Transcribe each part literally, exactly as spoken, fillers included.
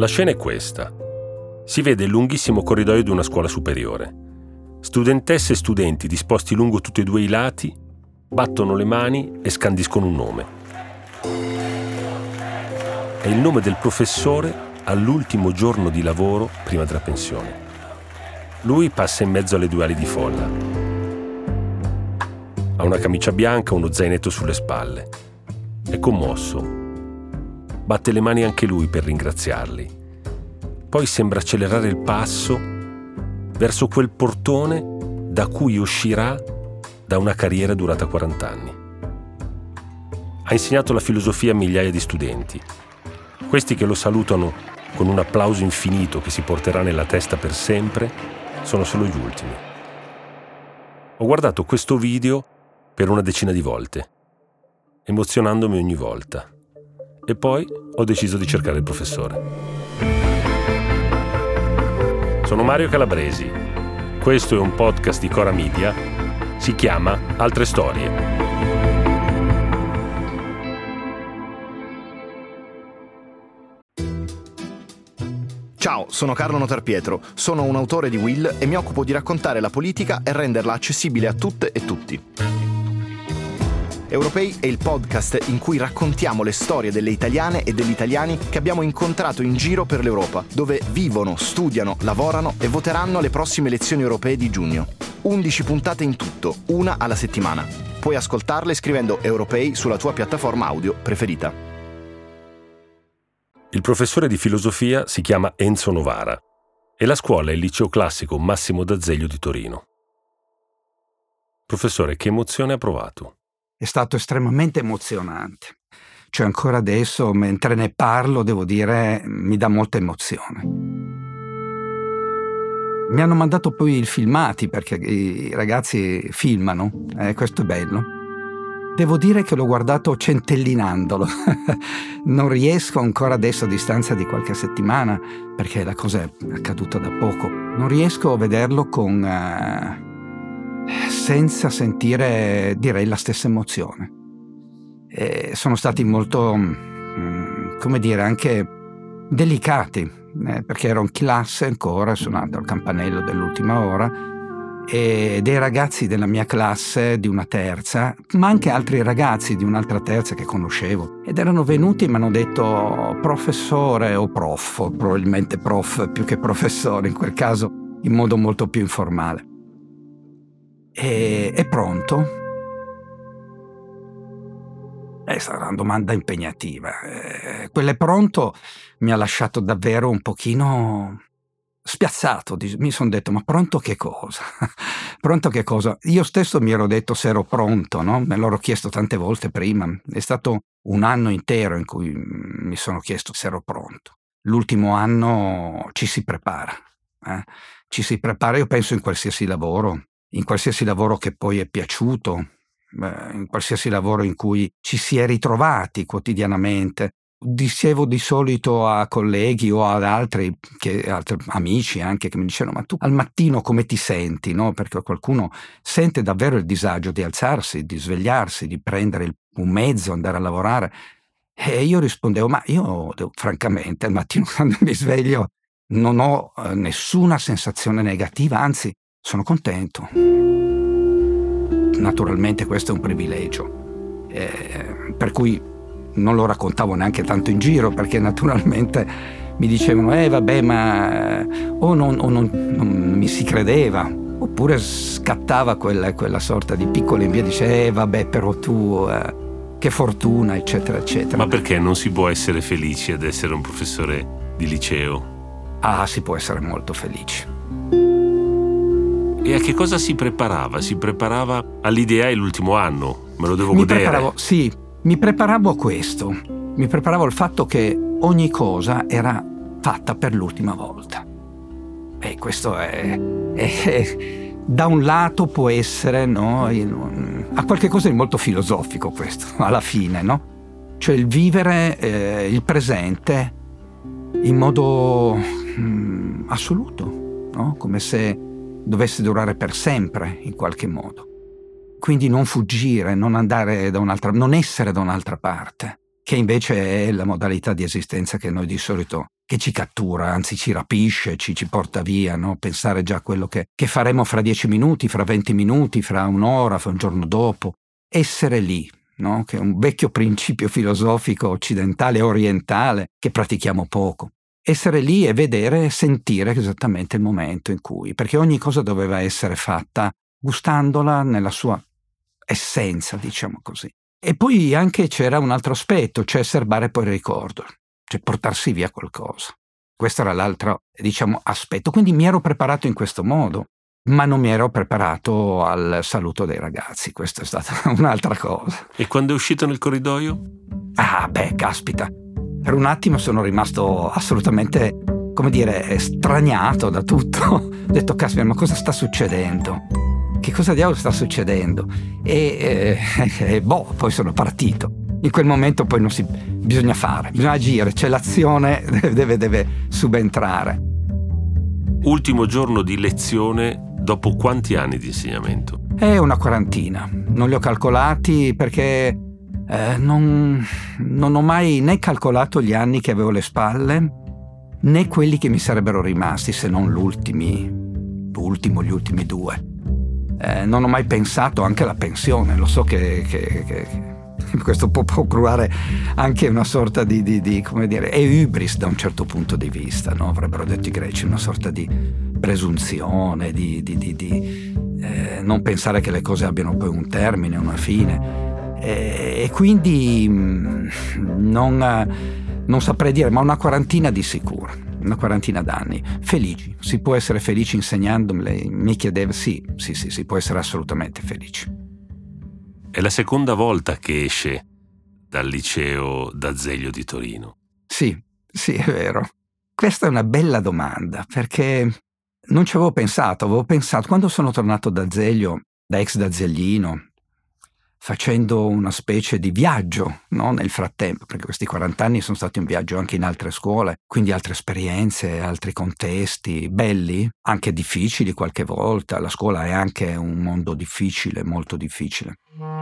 La scena è questa. Si vede il lunghissimo corridoio di una scuola superiore. Studentesse e studenti disposti lungo tutti e due i lati battono le mani e scandiscono un nome. È il nome del professore all'ultimo giorno di lavoro prima della pensione. Lui passa in mezzo alle due ali di folla. Ha una camicia bianca, uno zainetto sulle spalle. È commosso. Batte le mani anche lui per ringraziarli. Poi sembra accelerare il passo verso quel portone da cui uscirà da una carriera durata quaranta anni. Ha insegnato la filosofia a migliaia di studenti. Questi che lo salutano con un applauso infinito che si porterà nella testa per sempre sono solo gli ultimi. Ho guardato questo video per una decina di volte, emozionandomi ogni volta. E poi ho deciso di cercare il professore. Sono Mario Calabresi. Questo è un podcast di Cora Media. Si chiama Altre Storie. Ciao, sono Carlo Notarpietro, sono un autore di Will e mi occupo di raccontare la politica e renderla accessibile a tutte e tutti. Europei è il podcast in cui raccontiamo le storie delle italiane e degli italiani che abbiamo incontrato in giro per l'Europa, dove vivono, studiano, lavorano e voteranno alle prossime elezioni europee di giugno. undici puntate in tutto, una alla settimana. Puoi ascoltarle scrivendo Europei sulla tua piattaforma audio preferita. Il professore di filosofia si chiama Enzo Novara e la scuola è il liceo classico Massimo d'Azeglio di Torino. Professore, che emozione ha provato? È stato estremamente emozionante. Cioè ancora adesso, mentre ne parlo, devo dire, mi dà molta emozione. Mi hanno mandato poi i filmati perché i ragazzi filmano, eh, questo è bello. Devo dire che l'ho guardato centellinandolo. Non riesco ancora adesso, a distanza di qualche settimana, perché la cosa è accaduta da poco, non riesco a vederlo con... Uh, senza sentire, direi, la stessa emozione. E sono stati molto, mh, come dire, anche delicati, eh, perché ero in classe ancora, suonato il campanello dell'ultima ora, e dei ragazzi della mia classe, di una terza, ma anche altri ragazzi di un'altra terza che conoscevo, ed erano venuti e mi hanno detto professore o prof, probabilmente prof più che professore in quel caso, in modo molto più informale. E, è pronto? È stata una domanda impegnativa. Eh, quell'è pronto mi ha lasciato davvero un pochino spiazzato. Mi sono detto, ma pronto che cosa? Pronto che cosa? Io stesso mi ero detto se ero pronto, no? Me l'ho chiesto tante volte prima. È stato un anno intero in cui mi sono chiesto se ero pronto. L'ultimo anno ci si prepara. Eh? Ci si prepara, io penso, in qualsiasi lavoro. In qualsiasi lavoro che poi è piaciuto, in qualsiasi lavoro in cui ci si è ritrovati quotidianamente. Dicevo di solito a colleghi o ad altri, che, altri amici anche, che mi dicevano, ma tu al mattino come ti senti? No? Perché qualcuno sente davvero il disagio di alzarsi, di svegliarsi, di prendere il, un mezzo, andare a lavorare. E io rispondevo, ma io francamente al mattino quando mi sveglio non ho eh, nessuna sensazione negativa, anzi sono contento. Naturalmente questo è un privilegio, eh, per cui non lo raccontavo neanche tanto in giro, perché naturalmente mi dicevano eh vabbè ma o non, o non, non mi si credeva, oppure scattava quella, quella sorta di piccola invidia, dice eh vabbè però tu eh, che fortuna eccetera eccetera. Ma perché non si può essere felici ad essere un professore di liceo? Ah, si può essere molto felici. E a che cosa si preparava? Si preparava all'idea l'ultimo anno, me lo devo mi godere. Preparavo, sì, mi preparavo a questo. Mi preparavo al fatto che ogni cosa era fatta per l'ultima volta. E questo è, è, è da un lato può essere, no, ha qualche cosa di molto filosofico questo, alla fine, no? Cioè il vivere eh, il presente in modo mh, assoluto, no? Come se dovesse durare per sempre in qualche modo. Quindi non fuggire, non andare da un'altra, non essere da un'altra parte, che invece è la modalità di esistenza che noi di solito che ci cattura, anzi ci rapisce, ci, ci porta via, no? Pensare già a quello che, che faremo fra dieci minuti, fra venti minuti, fra un'ora, fra un giorno dopo. Essere lì, no? Che è un vecchio principio filosofico occidentale e orientale che pratichiamo poco. Essere lì e vedere e sentire esattamente il momento in cui, perché ogni cosa doveva essere fatta gustandola nella sua essenza, diciamo così. E poi anche c'era un altro aspetto, cioè serbare poi il ricordo, cioè portarsi via qualcosa. Questo era l'altro, diciamo, aspetto. Quindi mi ero preparato in questo modo, ma non mi ero preparato al saluto dei ragazzi. Questa è stata un'altra cosa. E quando è uscito nel corridoio? Ah, beh, caspita. Per un attimo sono rimasto assolutamente, come dire, straniato da tutto. Ho detto, caspita, ma cosa sta succedendo? Che cosa diavolo sta succedendo? E, e, e boh, poi sono partito. In quel momento poi non si bisogna fare, bisogna agire, c'è l'azione, deve, deve subentrare. Ultimo giorno di lezione dopo quanti anni di insegnamento? È una quarantina. Non li ho calcolati perché eh, non, non ho mai né calcolato gli anni che avevo alle spalle, né quelli che mi sarebbero rimasti, se non l'ultimi, l'ultimo, gli ultimi due. Eh, non ho mai pensato anche alla pensione, lo so che, che, che questo può procurare anche una sorta di, di, di come dire, è hybris da un certo punto di vista, no? Avrebbero detto i greci, una sorta di presunzione, di, di, di, di eh, non pensare che le cose abbiano poi un termine, una fine, e, e quindi mh, non, non saprei dire, ma una quarantina di sicuro, una quarantina d'anni, felici. Si può essere felici insegnando? Lei mi chiedeva, sì, sì, sì, si può essere assolutamente felici. È la seconda volta che esce dal liceo d'Azeglio di Torino. Sì, sì, è vero. Questa è una bella domanda, perché non ci avevo pensato. Avevo pensato, quando sono tornato da Azeglio, da ex dazeglino, facendo una specie di viaggio, no? Nel frattempo, perché questi quaranta anni sono stati un viaggio anche in altre scuole, quindi altre esperienze, altri contesti, belli, anche difficili qualche volta. La scuola è anche un mondo difficile, molto difficile.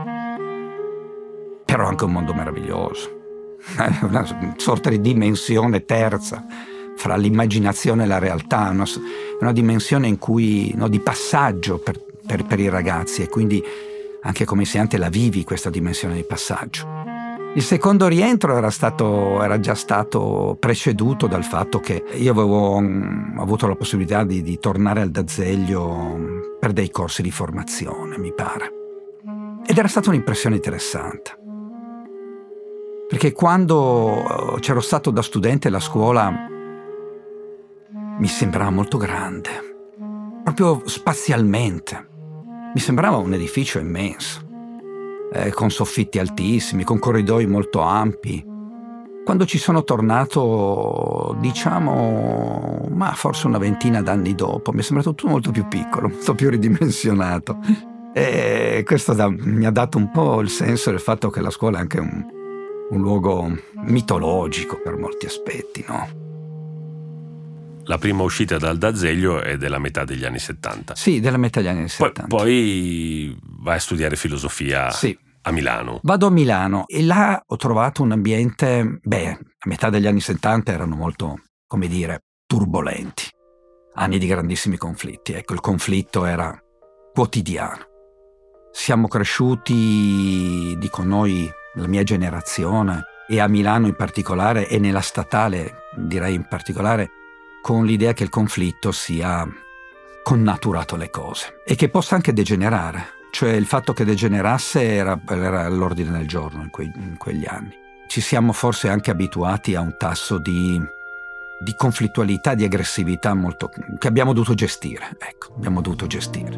Però anche un mondo meraviglioso, una sorta di dimensione terza fra l'immaginazione e la realtà, una, una dimensione in cui, no, di passaggio per, per, per i ragazzi, e quindi anche come insegnante la vivi questa dimensione di passaggio. Il secondo rientro era stato, era già stato preceduto dal fatto che io avevo um, avuto la possibilità di, di tornare al D'Azeglio per dei corsi di formazione, mi pare. Ed era stata un'impressione interessante. Perché quando c'ero stato da studente la scuola mi sembrava molto grande, proprio spazialmente. Mi sembrava un edificio immenso, eh, con soffitti altissimi, con corridoi molto ampi. Quando ci sono tornato, diciamo, ma forse una ventina d'anni dopo, mi è sembrato tutto molto più piccolo, molto più ridimensionato. E questo da, mi ha dato un po' il senso del fatto che la scuola è anche un, un luogo mitologico per molti aspetti, no? La prima uscita dal D'Azeglio è della metà degli anni settanta. Sì, della metà degli anni settanta. Poi, poi vai a studiare filosofia, sì, a Milano. Vado a Milano e là ho trovato un ambiente, beh, a metà degli anni settanta erano molto, come dire, turbolenti. Anni di grandissimi conflitti. Ecco, il conflitto era quotidiano. Siamo cresciuti, dico noi, la mia generazione, e a Milano in particolare, e nella statale, direi in particolare, con l'idea che il conflitto sia connaturato alle cose e che possa anche degenerare. Cioè il fatto che degenerasse era, era all'ordine del giorno in, quei, in quegli anni. Ci siamo forse anche abituati a un tasso di, di conflittualità, di aggressività molto, che abbiamo dovuto gestire. Ecco, abbiamo dovuto gestire.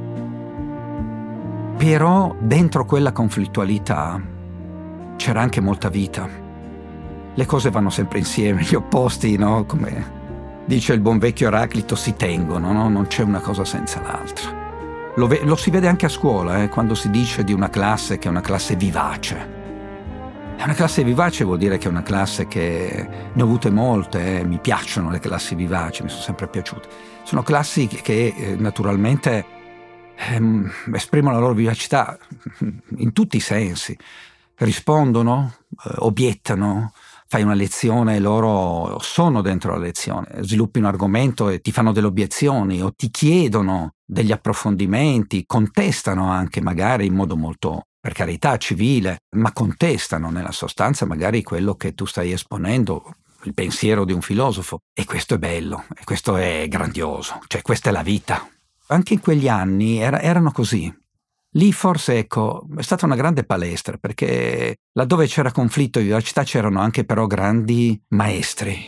Però dentro quella conflittualità c'era anche molta vita. Le cose vanno sempre insieme, gli opposti, no? Come dice il buon vecchio Eraclito, si tengono, no? Non c'è una cosa senza l'altra. Lo, ve- lo si vede anche a scuola, eh? Quando si dice di una classe che è una classe vivace. È una classe vivace vuol dire che è una classe che ne ho avute molte, eh? Mi piacciono le classi vivaci, mi sono sempre piaciute. Sono classi che, che eh, naturalmente ehm, esprimono la loro vivacità in tutti i sensi. Rispondono, eh, obiettano, fai una lezione e loro sono dentro la lezione, sviluppi un argomento e ti fanno delle obiezioni o ti chiedono degli approfondimenti, contestano anche magari in modo molto, per carità, civile, ma contestano nella sostanza magari quello che tu stai esponendo, il pensiero di un filosofo. E questo è bello, e questo è grandioso, cioè questa è la vita. Anche in quegli anni era, erano così. Lì forse, ecco, è stata una grande palestra, perché laddove c'era conflitto e vivacità c'erano anche però grandi maestri,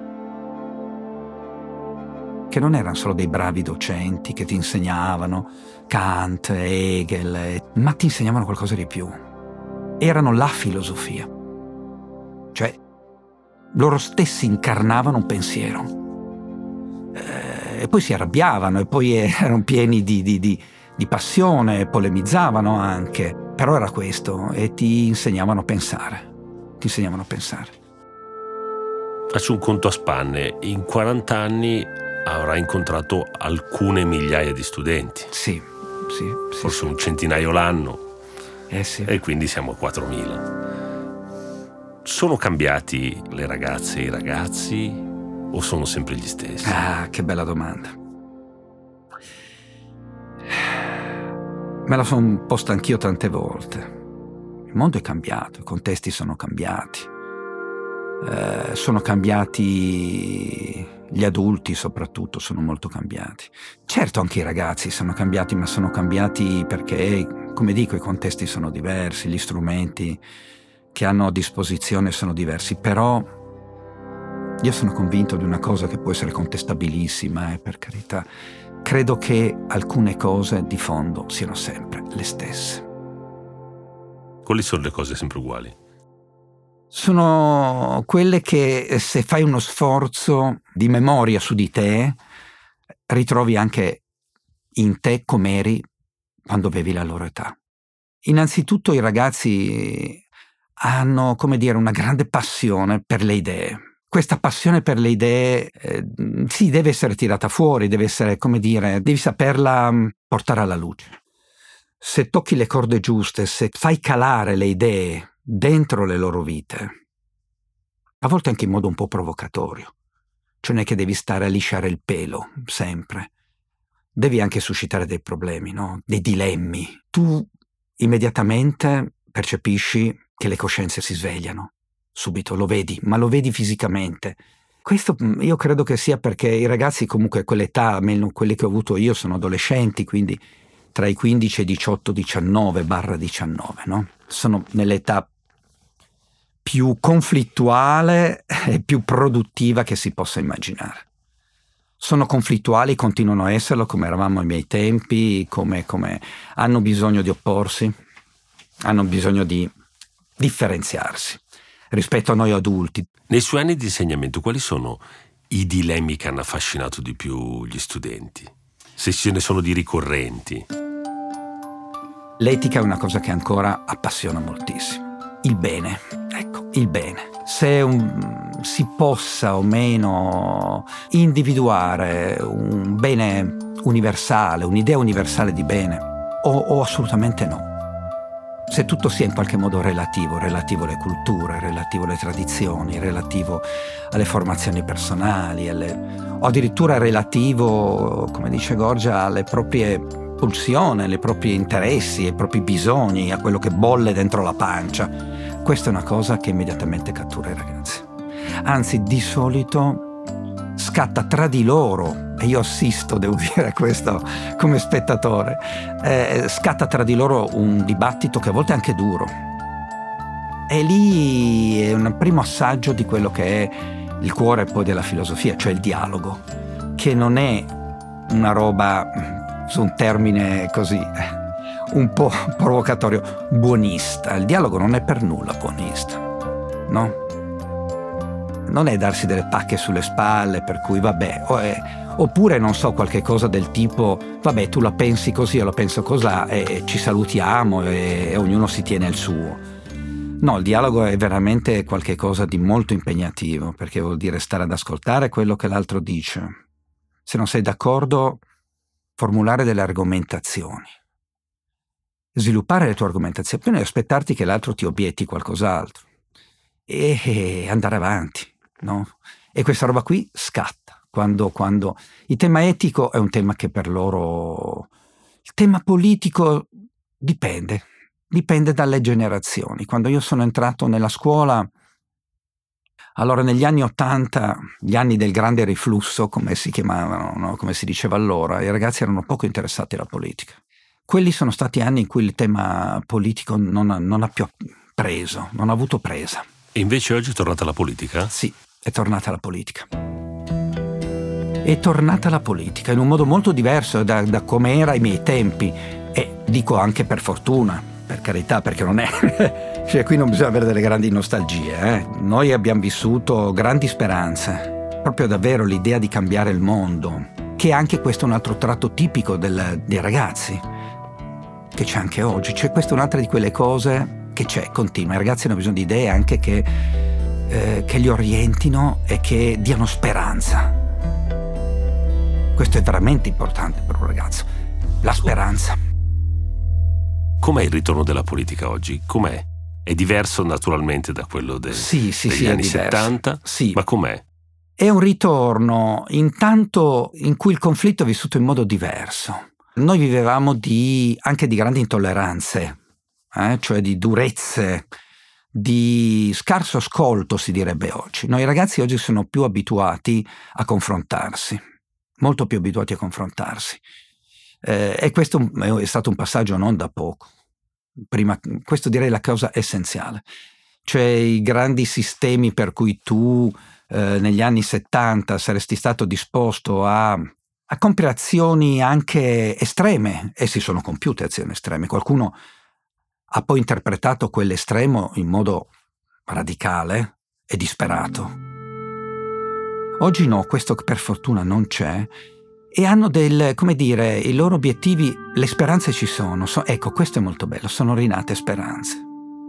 che non erano solo dei bravi docenti che ti insegnavano Kant, Hegel, ma ti insegnavano qualcosa di più. Erano la filosofia. Cioè, loro stessi incarnavano un pensiero. Eh, e poi si arrabbiavano, e poi erano pieni di... di, di di passione, polemizzavano anche, però era questo, e ti insegnavano a pensare, ti insegnavano a pensare. Faccio un conto a spanne, in quaranta anni avrai incontrato alcune migliaia di studenti. Sì, sì. sì Forse sì. un centinaio l'anno, eh sì. e quindi siamo a quattromila. Sono cambiati le ragazze e i ragazzi o sono sempre gli stessi? Ah, che bella domanda. Me la sono posta anch'io tante volte. Il mondo è cambiato, i contesti sono cambiati. Eh, sono cambiati gli adulti, soprattutto, sono molto cambiati. Certo, anche i ragazzi sono cambiati, ma sono cambiati perché, come dico, i contesti sono diversi, gli strumenti che hanno a disposizione sono diversi. Però io sono convinto di una cosa che può essere contestabilissima, eh, per carità. Credo che alcune cose di fondo siano sempre le stesse. Quali sono le cose sempre uguali? Sono quelle che, se fai uno sforzo di memoria su di te, ritrovi anche in te com'eri quando avevi la loro età. Innanzitutto i ragazzi hanno, come dire, una grande passione per le idee. Questa passione per le idee eh, sì, deve essere tirata fuori, deve essere, come dire, devi saperla portare alla luce. Se tocchi le corde giuste, se fai calare le idee dentro le loro vite, a volte anche in modo un po' provocatorio, cioè non è che devi stare a lisciare il pelo sempre, devi anche suscitare dei problemi, no? Dei dilemmi. Tu immediatamente percepisci che le coscienze si svegliano. Subito lo vedi, ma lo vedi fisicamente. Questo io credo che sia perché i ragazzi comunque a quell'età, almeno quelli che ho avuto io, sono adolescenti, quindi tra i quindici e i diciotto diciannove barra diciannove, no? Sono nell'età più conflittuale e più produttiva che si possa immaginare. Sono conflittuali, continuano a esserlo come eravamo ai miei tempi, come, come hanno bisogno di opporsi, hanno bisogno di differenziarsi rispetto a noi adulti. Nei suoi anni di insegnamento, quali sono i dilemmi che hanno affascinato di più gli studenti? Se ce ne sono di ricorrenti. L'etica è una cosa che ancora appassiona moltissimo. Il bene, ecco, il bene. Se un, si possa o meno individuare un bene universale, un'idea universale di bene, o, o assolutamente no. Se tutto sia in qualche modo relativo, relativo alle culture, relativo alle tradizioni, relativo alle formazioni personali, alle, o addirittura relativo, come dice Gorgia, alle proprie pulsioni, ai propri interessi, ai propri bisogni, a quello che bolle dentro la pancia. Questa è una cosa che immediatamente cattura i ragazzi. Anzi, di solito scatta tra di loro, e io assisto, devo dire questo come spettatore, eh, scatta tra di loro un dibattito che a volte è anche duro. E lì è un primo assaggio di quello che è il cuore poi della filosofia, cioè il dialogo, che non è una roba, su un termine così un po' provocatorio, buonista. Il dialogo non è per nulla buonista, no? Non è darsi delle pacche sulle spalle per cui vabbè, o è, oppure non so, qualche cosa del tipo vabbè, tu la pensi così, io la penso cosà e ci salutiamo e, e ognuno si tiene il suo. No, il dialogo è veramente qualche cosa di molto impegnativo, perché vuol dire stare ad ascoltare quello che l'altro dice. Se non sei d'accordo, formulare delle argomentazioni, sviluppare le tue argomentazioni e aspettarti che l'altro ti obietti qualcos'altro. e andare avanti, no? E questa roba qui scatta quando, quando il tema etico è un tema che per loro, il tema politico dipende, dipende dalle generazioni. Quando io sono entrato nella scuola, allora negli anni Ottanta, gli anni del grande riflusso, come si chiamavano, no? Come si diceva allora, i ragazzi erano poco interessati alla politica. Quelli sono stati anni in cui il tema politico non ha, non ha più preso, non ha avuto presa. E invece oggi è tornata la politica? Sì, è tornata la politica. È tornata la politica in un modo molto diverso da, da come era ai miei tempi, e dico anche per fortuna, per carità, perché non è... cioè qui non bisogna avere delle grandi nostalgie, eh? Noi abbiamo vissuto grandi speranze, proprio davvero l'idea di cambiare il mondo, che anche questo è un altro tratto tipico del, dei ragazzi, che c'è anche oggi. Cioè questa è un'altra di quelle cose che c'è, continua. I ragazzi hanno bisogno di idee anche che, eh, che li orientino e che diano speranza. Questo è veramente importante per un ragazzo, la speranza. Com'è il ritorno della politica oggi? Com'è? È diverso naturalmente da quello de- sì, sì, degli sì, anni diverso. settanta, sì. Ma com'è? È un ritorno intanto in cui il conflitto è vissuto in modo diverso. Noi vivevamo di, anche di grandi intolleranze, eh? Cioè di durezze, di scarso ascolto, si direbbe oggi. Noi ragazzi oggi sono più abituati a confrontarsi, molto più abituati a confrontarsi. Eh, e questo è stato un passaggio non da poco. Prima, questo direi è la cosa essenziale. Cioè i grandi sistemi per cui tu eh, negli anni settanta saresti stato disposto a, a compiere azioni anche estreme, e si sono compiute azioni estreme. Qualcuno ha poi interpretato quell'estremo in modo radicale e disperato. Oggi no, questo per fortuna non c'è, e hanno del, come dire, i loro obiettivi, le speranze ci sono. So, ecco, questo è molto bello, sono rinate speranze.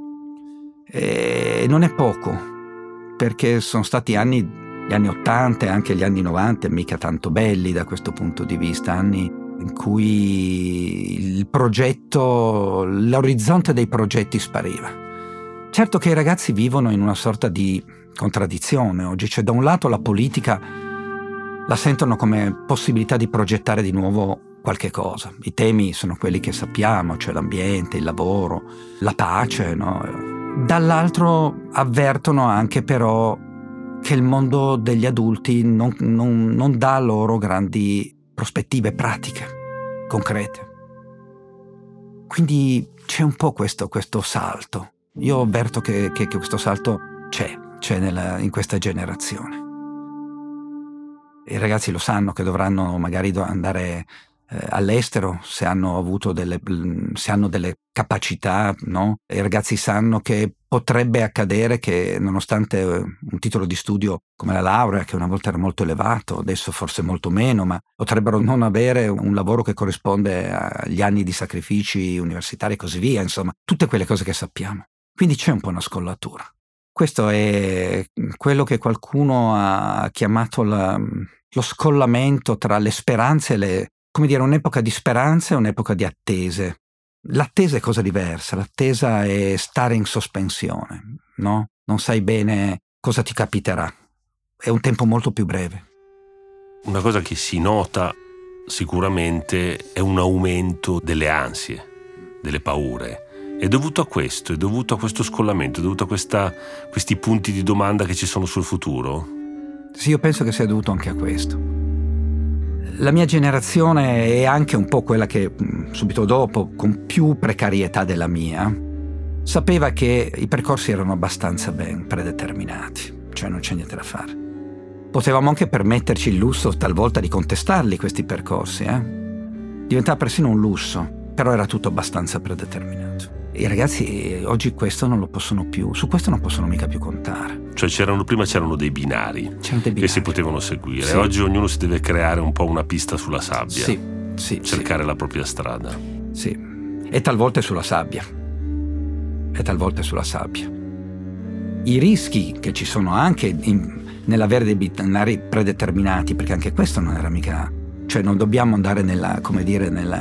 E non è poco, perché sono stati anni, gli anni ottanta e anche gli anni novanta, mica tanto belli da questo punto di vista, anni in cui il progetto, l'orizzonte dei progetti spariva. Certo che i ragazzi vivono in una sorta di contraddizione oggi, cioè da un lato la politica la sentono come possibilità di progettare di nuovo qualche cosa. I temi sono quelli che sappiamo, cioè l'ambiente, il lavoro, la pace, no? Dall'altro avvertono anche però che il mondo degli adulti non, non, non dà loro grandi prospettive pratiche, concrete. Quindi c'è un po' questo, questo salto. Io avverto che, che, che questo salto c'è, c'è nella, in questa generazione. I ragazzi lo sanno che dovranno magari andare eh, all'estero se hanno avuto delle, se hanno delle capacità, no? I ragazzi sanno che potrebbe accadere che nonostante un titolo di studio come la laurea, che una volta era molto elevato, adesso forse molto meno, ma potrebbero non avere un lavoro che corrisponde agli anni di sacrifici universitari e così via, insomma, tutte quelle cose che sappiamo. Quindi c'è un po' una scollatura. Questo è quello che qualcuno ha chiamato la, lo scollamento tra le speranze e le, come dire, un'epoca di speranze e un'epoca di attese. L'attesa è cosa diversa, l'attesa è stare in sospensione, no? Non sai bene cosa ti capiterà. È un tempo molto più breve. Una cosa che si nota sicuramente è un aumento delle ansie, delle paure. È dovuto a questo, è dovuto a questo scollamento, è dovuto a questa, questi punti di domanda che ci sono sul futuro? Sì, io penso che sia dovuto anche a questo. La mia generazione è anche un po' quella che subito dopo, con più precarietà della mia, sapeva che i percorsi erano abbastanza ben predeterminati, cioè non c'è niente da fare. Potevamo anche permetterci il lusso talvolta di contestarli questi percorsi, eh? Diventava persino un lusso, però era tutto abbastanza predeterminato. I ragazzi oggi questo non lo possono più, su questo non possono mica più contare. Cioè c'erano prima c'erano dei binari, c'erano dei binari che si potevano seguire. Sì. Oggi ognuno si deve creare un po' una pista sulla sabbia. Sì, sì, cercare sì. la propria strada. Sì, e talvolta è sulla sabbia. E talvolta è sulla sabbia. I rischi che ci sono anche in, nell'avere dei binari predeterminati, perché anche questo non era mica, cioè non dobbiamo andare nella, come dire, nella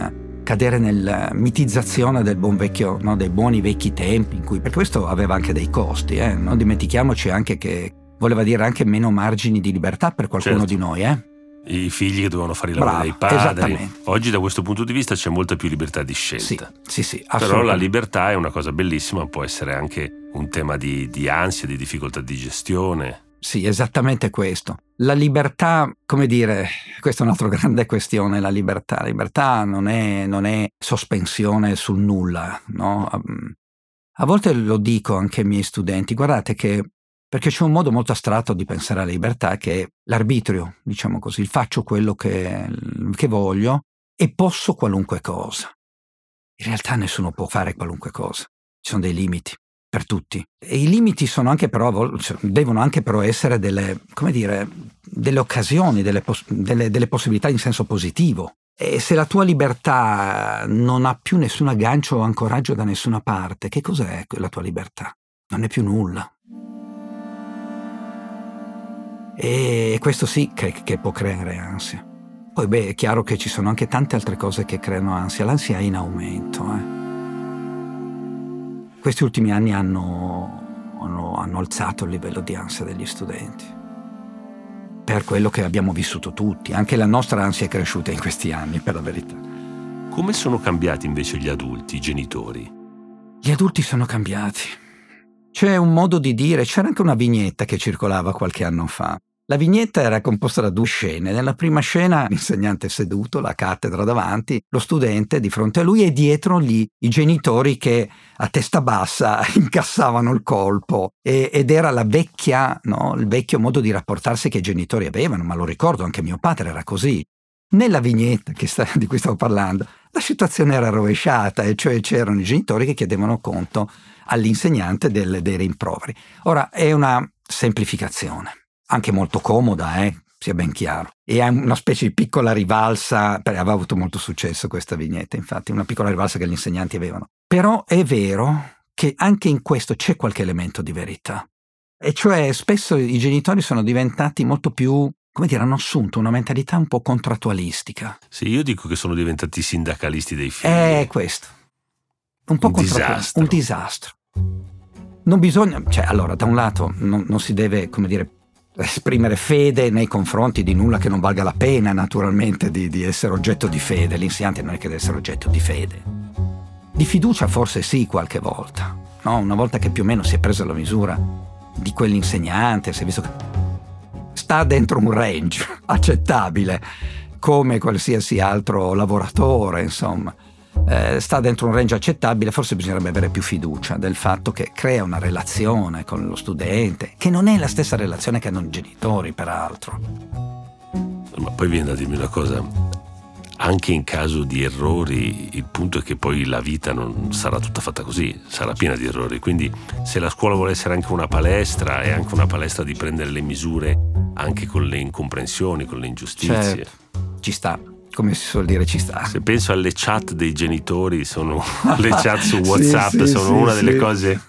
cadere nella mitizzazione del buon vecchio, no, dei buoni vecchi tempi, in cui, perché questo aveva anche dei costi, eh? Non dimentichiamoci anche che voleva dire anche meno margini di libertà per qualcuno certo. di noi, eh? I figli che dovevano fare i lavori Bravo, dei padri. esattamente. Oggi da questo punto di vista c'è molta più libertà di scelta. Sì, sì, sì, Però la assolutamente. libertà è una cosa bellissima, può essere anche un tema di, di ansia, di difficoltà di gestione. Sì, esattamente questo. La libertà, come dire, questa è un'altra grande questione, la libertà. La libertà non è, non è sospensione sul nulla, no? A volte lo dico anche ai miei studenti, guardate che, perché c'è un modo molto astratto di pensare alla libertà che è l'arbitrio, diciamo così, il faccio quello che, che voglio e posso qualunque cosa. In realtà nessuno può fare qualunque cosa, ci sono dei limiti per tutti. E i limiti sono anche però, cioè, devono anche però essere delle, come dire, delle occasioni, delle, poss- delle, delle possibilità in senso positivo. E se la tua libertà non ha più nessun aggancio o ancoraggio da nessuna parte, che cos'è la tua libertà? Non è più nulla. E questo sì che, che può creare ansia. Poi beh, è chiaro che ci sono anche tante altre cose che creano ansia. L'ansia è in aumento, eh. Questi ultimi anni hanno, hanno, hanno alzato il livello di ansia degli studenti, per quello che abbiamo vissuto tutti. Anche la nostra ansia è cresciuta in questi anni, per la verità. Come sono cambiati invece gli adulti, i genitori? Gli adulti sono cambiati. C'è un modo di dire, c'era anche una vignetta che circolava qualche anno fa. La vignetta era composta da due scene. Nella prima scena l'insegnante seduto, la cattedra davanti, lo studente di fronte a lui e dietro gli, i genitori che a testa bassa incassavano il colpo. E, ed era la vecchia, no, il vecchio modo di rapportarsi che i genitori avevano, ma lo ricordo, anche mio padre era così. Nella vignetta che sta, di cui stavo parlando, la situazione era rovesciata, e cioè c'erano i genitori che chiedevano conto all'insegnante del, dei rimproveri. Ora, è una semplificazione, anche molto comoda, eh, sia ben chiaro. E è una specie di piccola rivalsa, perché aveva avuto molto successo questa vignetta, infatti, una piccola rivalsa che gli insegnanti avevano. Però è vero che anche in questo c'è qualche elemento di verità. E cioè spesso i genitori sono diventati molto più, come dire, hanno assunto una mentalità un po' contrattualistica. Sì, io dico che sono diventati sindacalisti dei figli. È questo. Un po' Un contrattualistico. disastro. Un disastro. Non bisogna, cioè allora, da un lato non, non si deve, come dire, esprimere fede nei confronti di nulla che non valga la pena, naturalmente, di, di essere oggetto di fede. L'insegnante non è che deve essere oggetto di fede. Di fiducia forse sì, qualche volta, no? Una volta che più o meno si è presa la misura di quell'insegnante, si è visto che sta dentro un range accettabile, come qualsiasi altro lavoratore, insomma. Eh, sta dentro un range accettabile, forse bisognerebbe avere più fiducia del fatto che crea una relazione con lo studente, che non è la stessa relazione che hanno i genitori, peraltro. Ma poi viene da dirmi una cosa, anche in caso di errori, il punto è che poi la vita non sarà tutta fatta così, sarà piena di errori, quindi se la scuola vuole essere anche una palestra, è anche una palestra di prendere le misure anche con le incomprensioni, con le ingiustizie. Certo, ci sta. Come si suol dire, ci sta. Se penso alle chat dei genitori, sono le chat su WhatsApp, sì, sì, sono sì, una sì. delle cose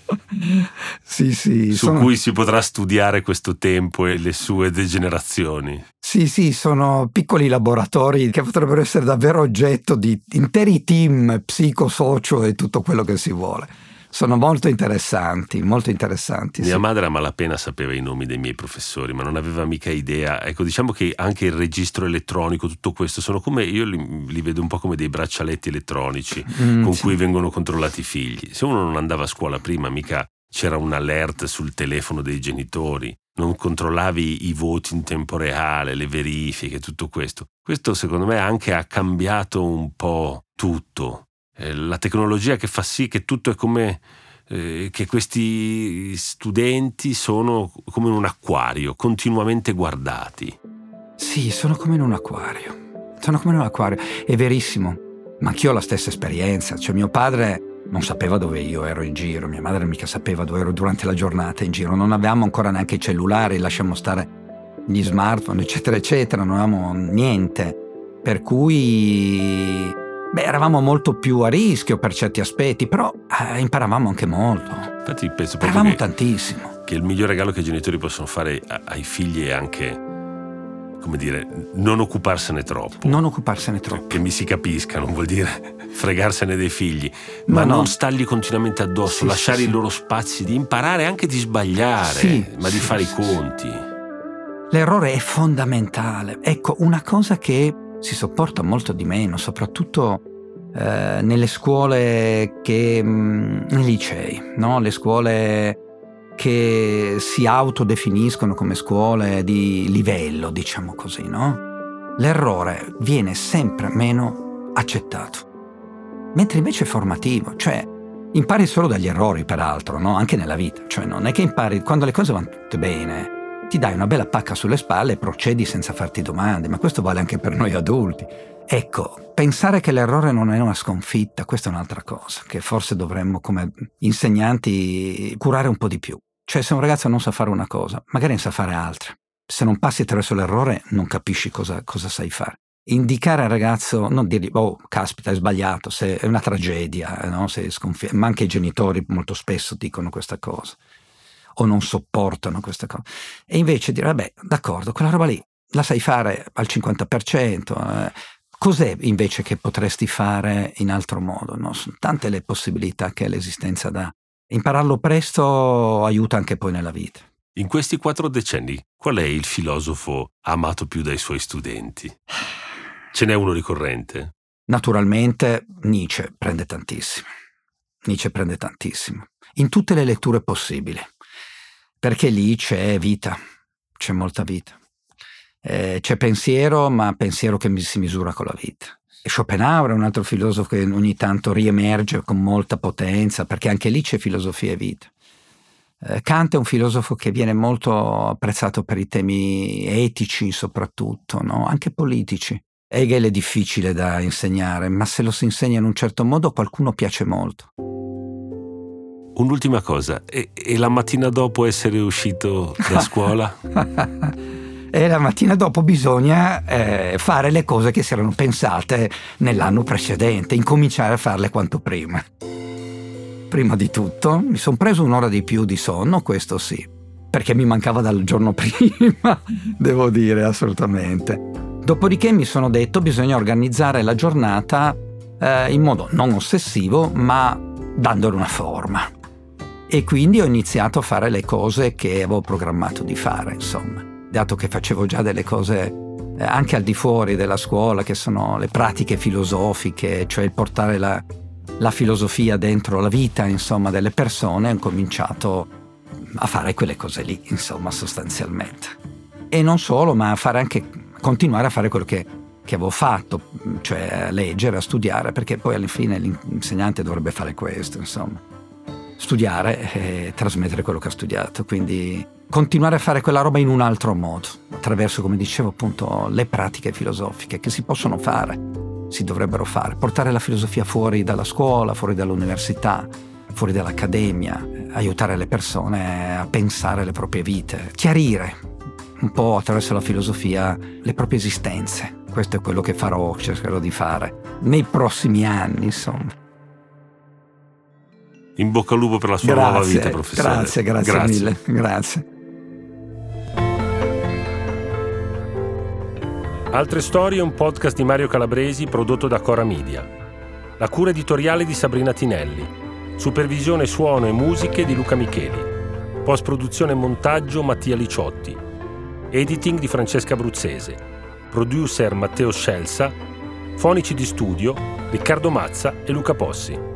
sì, sì, su sono... cui si potrà studiare questo tempo e le sue degenerazioni. Sì, sì, sono piccoli laboratori che potrebbero essere davvero oggetto di interi team psicosocio e tutto quello che si vuole. Sono molto interessanti, molto interessanti. Mia sì. madre a malapena sapeva i nomi dei miei professori, ma non aveva mica idea. Ecco, diciamo che anche il registro elettronico, tutto questo, sono come, io li, li vedo un po' come dei braccialetti elettronici Mm, con sì. cui vengono controllati i figli. Se uno non andava a scuola prima, mica c'era un alert sul telefono dei genitori, non controllavi i voti in tempo reale, le verifiche, tutto questo. Questo secondo me anche ha cambiato un po' tutto. Eh, la tecnologia che fa sì che tutto è come eh, che questi studenti sono come in un acquario, continuamente guardati. Sì, sono come in un acquario. Sono come in un acquario, è verissimo. Ma anch'io ho la stessa esperienza. Cioè mio padre non sapeva dove io ero in giro, mia madre mica sapeva dove ero durante la giornata in giro. Non avevamo ancora neanche i cellulari, lasciamo stare gli smartphone, eccetera, eccetera. Non avevamo niente. Per cui... Beh, eravamo molto più a rischio per certi aspetti, però eh, imparavamo anche molto. Infatti penso proprio Imparavamo che, tantissimo. che il miglior regalo che i genitori possono fare a, ai figli è anche come dire, non occuparsene troppo. Non occuparsene troppo. Che mi si capisca, non vuol dire fregarsene dei figli, ma no, non no. stargli continuamente addosso, Sì, lasciare sì, i sì. loro spazi di imparare, anche di sbagliare, Sì, ma di sì, fare sì, i conti. L'errore è fondamentale. Ecco, una cosa che si sopporta molto di meno, soprattutto eh, nelle scuole che, mh, nei licei, no? Le scuole che si autodefiniscono come scuole di livello, diciamo così, no? L'errore viene sempre meno accettato, mentre invece è formativo, cioè impari solo dagli errori, peraltro, no? Anche nella vita, cioè non è che impari quando le cose vanno tutte bene, ti dai una bella pacca sulle spalle e procedi senza farti domande, ma questo vale anche per noi adulti. Ecco, pensare che l'errore non è una sconfitta, questa è un'altra cosa, che forse dovremmo come insegnanti curare un po' di più. Cioè, se un ragazzo non sa fare una cosa, magari ne sa fare altre. Se non passi attraverso l'errore, non capisci cosa, cosa sai fare. Indicare al ragazzo, non dirgli, oh, caspita, hai sbagliato, se è una tragedia, no? Se sconfi- ma anche i genitori molto spesso dicono questa cosa, o non sopportano questa cosa. E invece dire, vabbè, d'accordo, quella roba lì la sai fare al cinquanta per cento, eh, cos'è invece che potresti fare in altro modo? No? Sono tante le possibilità che l'esistenza dà. Impararlo presto aiuta anche poi nella vita. In questi quattro decenni, qual è il filosofo amato più dai suoi studenti? Ce n'è uno ricorrente? Naturalmente Nietzsche prende tantissimo. Nietzsche prende tantissimo. In tutte le letture possibili. Perché lì c'è vita, c'è molta vita. Eh, c'è pensiero, ma pensiero che si misura con la vita. E Schopenhauer è un altro filosofo che ogni tanto riemerge con molta potenza, perché anche lì c'è filosofia e vita. Eh, Kant è un filosofo che viene molto apprezzato per i temi etici soprattutto, no? Anche politici. Hegel è difficile da insegnare, ma se lo si insegna in un certo modo a qualcuno piace molto. Un'ultima cosa, e, e la mattina dopo essere uscito da scuola? E la mattina dopo bisogna eh, fare le cose che si erano pensate nell'anno precedente, incominciare a farle quanto prima. Prima di tutto mi sono preso un'ora di più di sonno, questo sì, perché mi mancava dal giorno prima, devo dire, assolutamente. Dopodiché mi sono detto bisogna organizzare la giornata eh, in modo non ossessivo, ma dandole una forma. E quindi ho iniziato a fare le cose che avevo programmato di fare, insomma. Dato che facevo già delle cose eh, anche al di fuori della scuola, che sono le pratiche filosofiche, cioè il portare la, la filosofia dentro la vita, insomma, delle persone, ho cominciato a fare quelle cose lì, insomma, sostanzialmente. E non solo, ma a fare anche, continuare a fare quello che, che avevo fatto, cioè a leggere, a studiare, perché poi alla fine l'insegnante dovrebbe fare questo, insomma. Studiare e trasmettere quello che ha studiato, quindi continuare a fare quella roba in un altro modo, attraverso, come dicevo appunto, le pratiche filosofiche che si possono fare, si dovrebbero fare, portare la filosofia fuori dalla scuola, fuori dall'università, fuori dall'accademia, aiutare le persone a pensare le proprie vite, chiarire un po' attraverso la filosofia le proprie esistenze. Questo è quello che farò, cercherò di fare nei prossimi anni, insomma. In bocca al lupo per la sua Grazie, nuova vita, professore. Grazie, grazie, grazie mille, grazie. Altre storie è un podcast di Mario Calabresi prodotto da Cora Media. La cura editoriale di Sabrina Tinelli. Supervisione suono e musiche di Luca Micheli. Post-produzione e montaggio Mattia Liciotti. Editing di Francesca Bruzzese. Producer Matteo Scelsa. Fonici di studio Riccardo Mazza e Luca Possi.